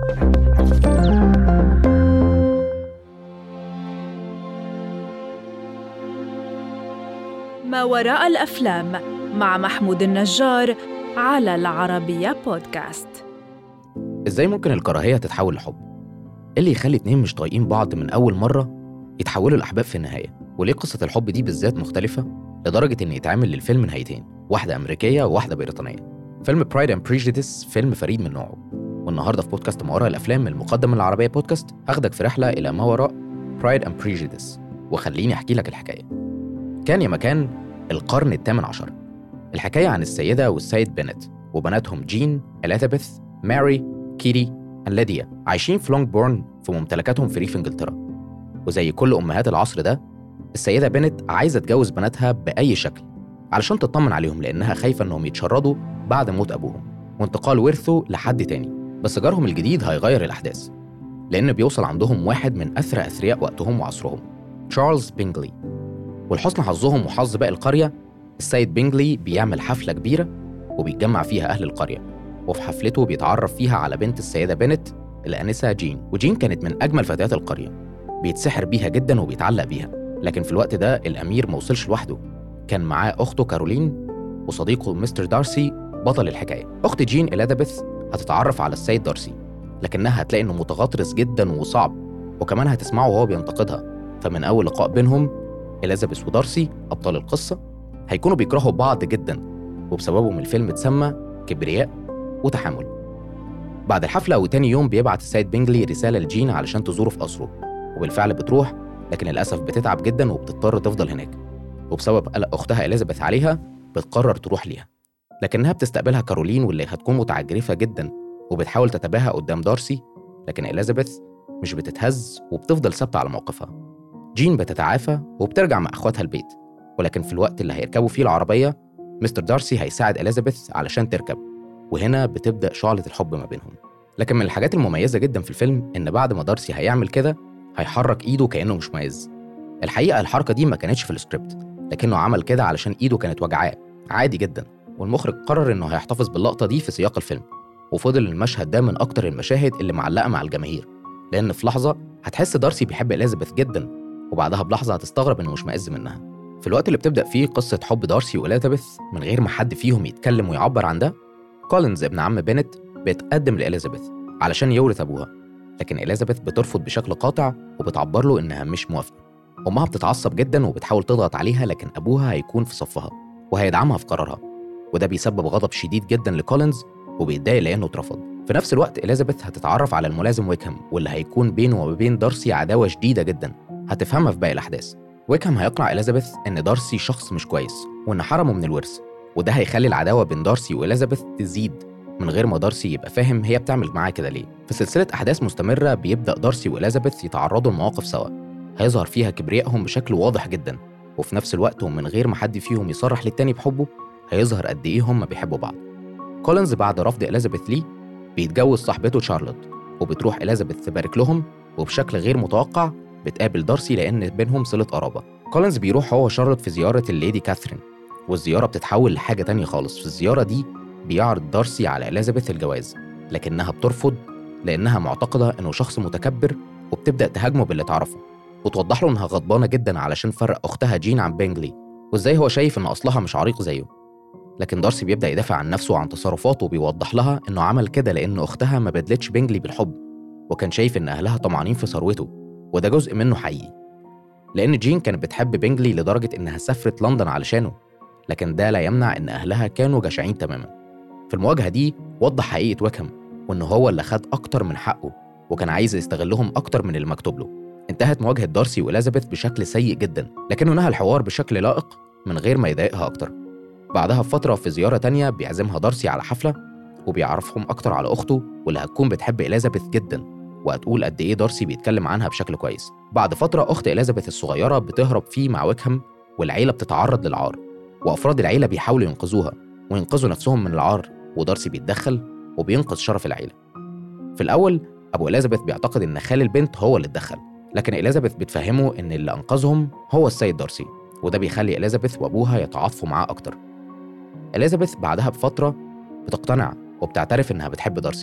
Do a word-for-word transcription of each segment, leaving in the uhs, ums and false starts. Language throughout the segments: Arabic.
ما وراء الأفلام مع محمود النجار على العربية بودكاست. إزاي ممكن الكراهية تتحول لحب؟ إيه اللي يخلي اتنين مش طايقين بعض من أول مرة يتحولوا لأحباب في النهاية؟ وليه قصة الحب دي بالذات مختلفة لدرجة إن يتعمل للفيلم نهايتين، واحدة أمريكية وواحدة بريطانية؟ فيلم Pride and Prejudice فيلم فريد من نوعه. والنهاردة في بودكاست ما وراء الأفلام المقدم من العربية بودكاست هاخدك في رحلة إلى ما وراء Pride and Prejudice، وخليني أحكي لك الحكاية. كان يا مكان القرن الثامن عشر. الحكاية عن السيدة والسيد بنت وبناتهم جين، إليزابيث، ماري، كيري، ليديا، عايشين في لونغبورن في ممتلكاتهم في ريف إنجلترا. وزي كل أمهات العصر ده، السيدة بنت عايزة تجوز بناتها بأي شكل علشان تطمن عليهم، لأنها خايفة إنهم يتشردوا بعد موت أبوهم وانتقال ورثه لحد تاني. بس جارهم الجديد هيغير الأحداث، لأن بيوصل عندهم واحد من أثرى أثرياء وقتهم وعصرهم، تشارلز بينجلي. ولحسن حظهم وحظ باقي القرية، السيد بينجلي بيعمل حفلة كبيرة وبيتجمع فيها أهل القرية، وفي حفلته بيتعرف فيها على بنت السيدة بنت الآنسة جين. وجين كانت من أجمل فتيات القرية، بيتسحر بيها جدا وبيتعلق بيها. لكن في الوقت ده الأمير موصلش لوحده، كان معاه أخته كارولين وصديقه مستر دارسي بطل الحكاية. أخت جين إليزابيث هتتعرف على السيد دارسي، لكنها هتلاقي إنه متغطرس جدا وصعب، وكمان هتسمعه وهو بينتقدها. فمن أول لقاء بينهم، إليزابيث ودارسي أبطال القصة هيكونوا بيكرهوا بعض جدا، وبسببهم الفيلم اتسمى كبرياء وتحامل. بعد الحفلة وتاني يوم بيبعت السيد بينجلي رسالة لجين علشان تزوره في قصره، وبالفعل بتروح، لكن للأسف بتتعب جدا وبتضطر تفضل هناك. وبسبب قلق أختها إليزابيث عليها بتقرر تروح ليها، لكنها بتستقبلها كارولين واللي هتكون متعجرفة جدا وبتحاول تتباهى قدام دارسي. لكن إليزابيث مش بتتهز وبتفضل ثابتة على موقفها. جين بتتعافى وبترجع مع أخواتها البيت، ولكن في الوقت اللي هيركبوا فيه العربية مستر دارسي هيساعد إليزابيث علشان تركب، وهنا بتبدأ شعلة الحب ما بينهم. لكن من الحاجات المميزة جدا في الفيلم إن بعد ما دارسي هيعمل كده هيحرك إيده كأنه مش مايز. الحقيقة الحركة دي ما كانتش في السكريبت، لكنه عمل كده علشان إيده كانت وجعاه عادي جدا، والمخرج قرر إنه هيحتفظ باللقطة دي في سياق الفيلم. وفضل المشهد ده من أكتر المشاهد اللي معلقة مع الجماهير، لأن في لحظة هتحس دارسي بيحب إليزابيث جدا، وبعدها بلحظة هتستغرب إنه مش مائز منها. في الوقت اللي بتبدأ فيه قصة حب دارسي وإليزابيث من غير ما حد فيهم يتكلم ويعبر عن ده، كولينز ابن عم بنت بيتقدم لإليزابيث علشان يورث أبوها، لكن إليزابيث بترفض بشكل قاطع وبتعبر له إنها مش موافقة. أمها بتتعصب جدا وبتحاول تضغط عليها، لكن أبوها هيكون في صفها وهيدعمها في قرارها، وده بيسبب غضب شديد جدا لكولينز وبيتضايق لأنه اترفض. في نفس الوقت إليزابيث هتتعرف على الملازم ويكهام، واللي هيكون بينه وبين دارسي عداوة شديدة جدا هتفهمها في باقي الأحداث. ويكهام هيقنع إليزابيث إن دارسي شخص مش كويس وإن حرمه من الورث، وده هيخلي العداوة بين دارسي وإليزابيث تزيد من غير ما دارسي يبقى فاهم هي بتعمل معاه كده ليه. في سلسلة أحداث مستمرة بيبدأ دارسي وإليزابيث يتعرضوا لمواقف سوا هيظهر فيها كبريائهم بشكل واضح جدا، وفي نفس الوقت ومن غير ما حد فيهم يصرح للتاني بحبه هيظهر قد إيه هم بيحبوا بعض. كولينز بعد رفض إليزابيث ليه بيتجوز صاحبته شارلوت، وبتروح إليزابيث تبارك لهم، وبشكل غير متوقع بتقابل دارسي لأن بينهم صلة قرابة. كولينز بيروح هو وشارلوت في زيارة الليدي كاثرين، والزيارة بتتحول لحاجة تانية خالص. في الزيارة دي بيعرض دارسي على إليزابيث الجواز، لكنها بترفض لأنها معتقدة إنه شخص متكبر، وبتبدأ تهاجمه باللي تعرفه وتوضح له إنها غضبانة جدا علشان فرق أختها جين عن بينجلي، وإزاي هو شايف إن أصلها مش عريق زيه. لكن دارسي بيبدأ يدافع عن نفسه وعن تصرفاته، وبيوضح لها إنه عمل كده لأن أختها ما بدلتش بينجلي بالحب، وكان شايف إن أهلها طمعانين في ثروته، وده جزء منه حقيقي، لأن جين كانت بتحب بينجلي لدرجة إنها سافرت لندن علشانه، لكن ده لا يمنع إن أهلها كانوا جشعين تماما. في المواجهة دي وضح حقيقة ويكهام، وإنه هو اللي خد أكتر من حقه وكان عايز يستغلهم أكتر من المكتوب له. انتهت مواجهة دارسي وإليزابيث بشكل سيء جدا، لكنه نهى الحوار بشكل لائق من غير ما يضايقها أكتر. بعدها بفترة في زيارة تانية بيعزمها دارسي على حفلة، وبيعرفهم أكتر على أخته واللي هتكون بتحب إليزابيث جدا، وهتقول قد إيه دارسي بيتكلم عنها بشكل كويس. بعد فترة أخت إليزابيث الصغيرة بتهرب فيه مع ويكهام، والعيلة بتتعرض للعار، وأفراد العيلة بيحاولوا ينقذوها وينقذوا نفسهم من العار، ودارسي بيتدخل وبينقذ شرف العيلة. في الأول أبو إليزابيث بيعتقد إن خال البنت هو اللي اتدخل، لكن إليزابيث بتفهمه إن اللي أنقذهم هو السيد دارسي، وده بيخلي إليزابيث وأبوها يتعاطفوا معاه أكتر. إليزابيث بعدها بفترة بتقتنع وبتعترف إنها بتحب دارسي،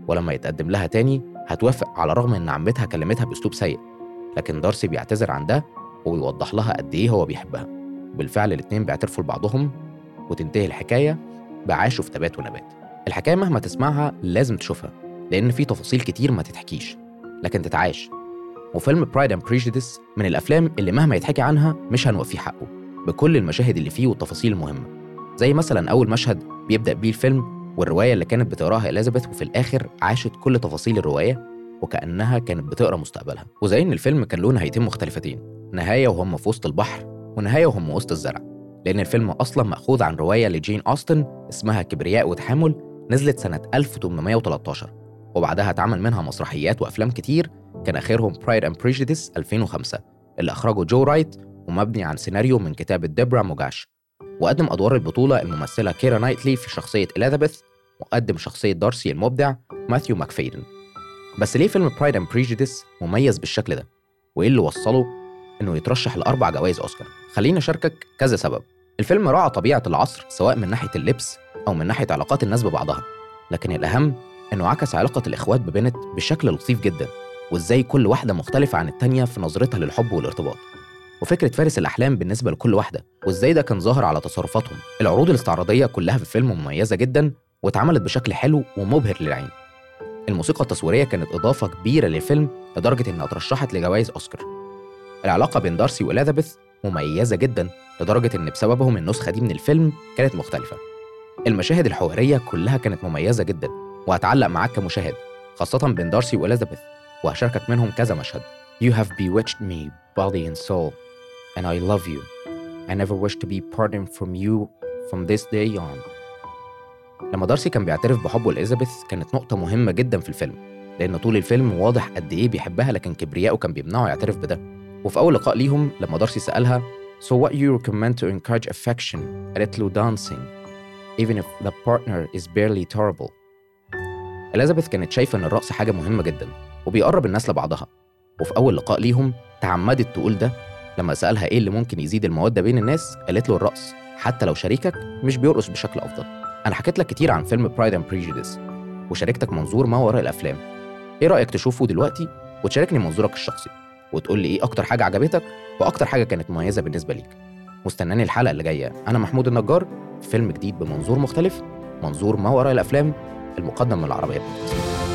ولما يتقدم لها تاني هتوافق على الرغم إن عمتها كلمتها بأسلوب سيء. لكن دارسي بيعتذر عن ده ويوضح لها قد إيه هو بيحبها. وبالفعل الاتنين بيعترفوا لبعضهم وتنتهي الحكاية بعاشوا في تبات ونبات. الحكاية مهما تسمعها لازم تشوفها، لأن في تفاصيل كتير ما تتحكيش لكن تتعاش. وفيلم برايد اند بريجيديس من الأفلام اللي مهما يتحكي عنها مش هنوفيه حقه بكل المشاهد اللي فيه والتفاصيل المهمة. زي مثلا أول مشهد بيبدأ بيه الفيلم والرواية اللي كانت بتقراها إليزابيث، وفي الآخر عاشت كل تفاصيل الرواية وكأنها كانت بتقرا مستقبلها. وزي إن الفيلم كان له نهايتين مختلفتين، نهاية وهم في وسط البحر ونهاية وهم وسط الزرع، لأن الفيلم أصلا مأخوذ عن رواية لجين أوستن اسمها كبرياء وتحامل، نزلت سنة ألف وثمانمائة وثلاثة عشر، وبعدها اتعمل منها مسرحيات وأفلام كتير، كان آخرهم برايد اند بريجيديس ألفين وخمسة اللي أخرجه جو رايت ومبني عن سيناريو من كتابة ديبرا موجاش. وقدم أدوار البطولة الممثلة كيرا نايتلي في شخصية إليزابيث، وقدم شخصية دارسي المبدع ماثيو ماكفيدن. بس ليه فيلم برايد اند بريجيديس مميز بالشكل ده؟ وإيه اللي وصله إنه يترشح لأربع جوائز أوسكار؟ خليني أشاركك كذا سبب. الفيلم راعى طبيعة العصر سواء من ناحية اللبس أو من ناحية علاقات الناس ببعضها، لكن الأهم إنه عكس علاقة الإخوات ببنت بشكل لطيف جدا، وإزاي كل واحدة مختلفة عن التانية في نظرتها للحب والارتباط، وفكرة فارس الأحلام بالنسبة لكل واحدة وإزاي ده كان ظاهر على تصرفاتهم. العروض الاستعراضية كلها في الفيلم مميزة جدا واتعملت بشكل حلو ومبهر للعين. الموسيقى التصويرية كانت إضافة كبيرة للفيلم لدرجة إنها ترشحت لجوائز أوسكار. العلاقة بين دارسي وإليزابيث مميزة جدا لدرجة إن بسببهم النسخة دي من الفيلم كانت مختلفة. المشاهد الحوارية كلها كانت مميزة جدا وهتعلق معاك كمشاهد، خاصة بين دارسي وإليزابيث، وهشاركك منهم كذا مشهد. You have bewitched me body and soul and I love you. I never wish to be parted from you from this day on. لما دارسي كان بيعترف بحبه لإليزابيث كانت نقطة مهمة جدا في الفيلم، لأن طول الفيلم واضح قد إيه بيحبها، لكن كبرياءه كان بيمنعه يعترف بده. وفي أول لقاء ليهم لما دارسي سألها So what you recommend to encourage affection a little dancing even if the partner is barely tolerable. إليزابيث كانت شايفة إن الرقص حاجة مهمة جدا وبيقرب الناس لبعضها، وفي أول لقاء ليهم تعمدت تقول ده. لما سألها إيه اللي ممكن يزيد المودة بين الناس قالت له الرقص، حتى لو شريكك مش بيرقص بشكل أفضل. أنا حكيت لك كتير عن فيلم برايد اند بريجيديس وشاركتك منظور ما وراء الأفلام. إيه رأيك تشوفه دلوقتي وتشاركني منظورك الشخصي وتقول لي إيه أكتر حاجة عجبتك وأكتر حاجة كانت مميزة بالنسبة ليك؟ مستناني الحلقة اللي جاية. أنا محمود النجار في فيلم جديد بمنظور مختلف، منظور ما وراء الأفلام، المقدم من العربية بودكاست.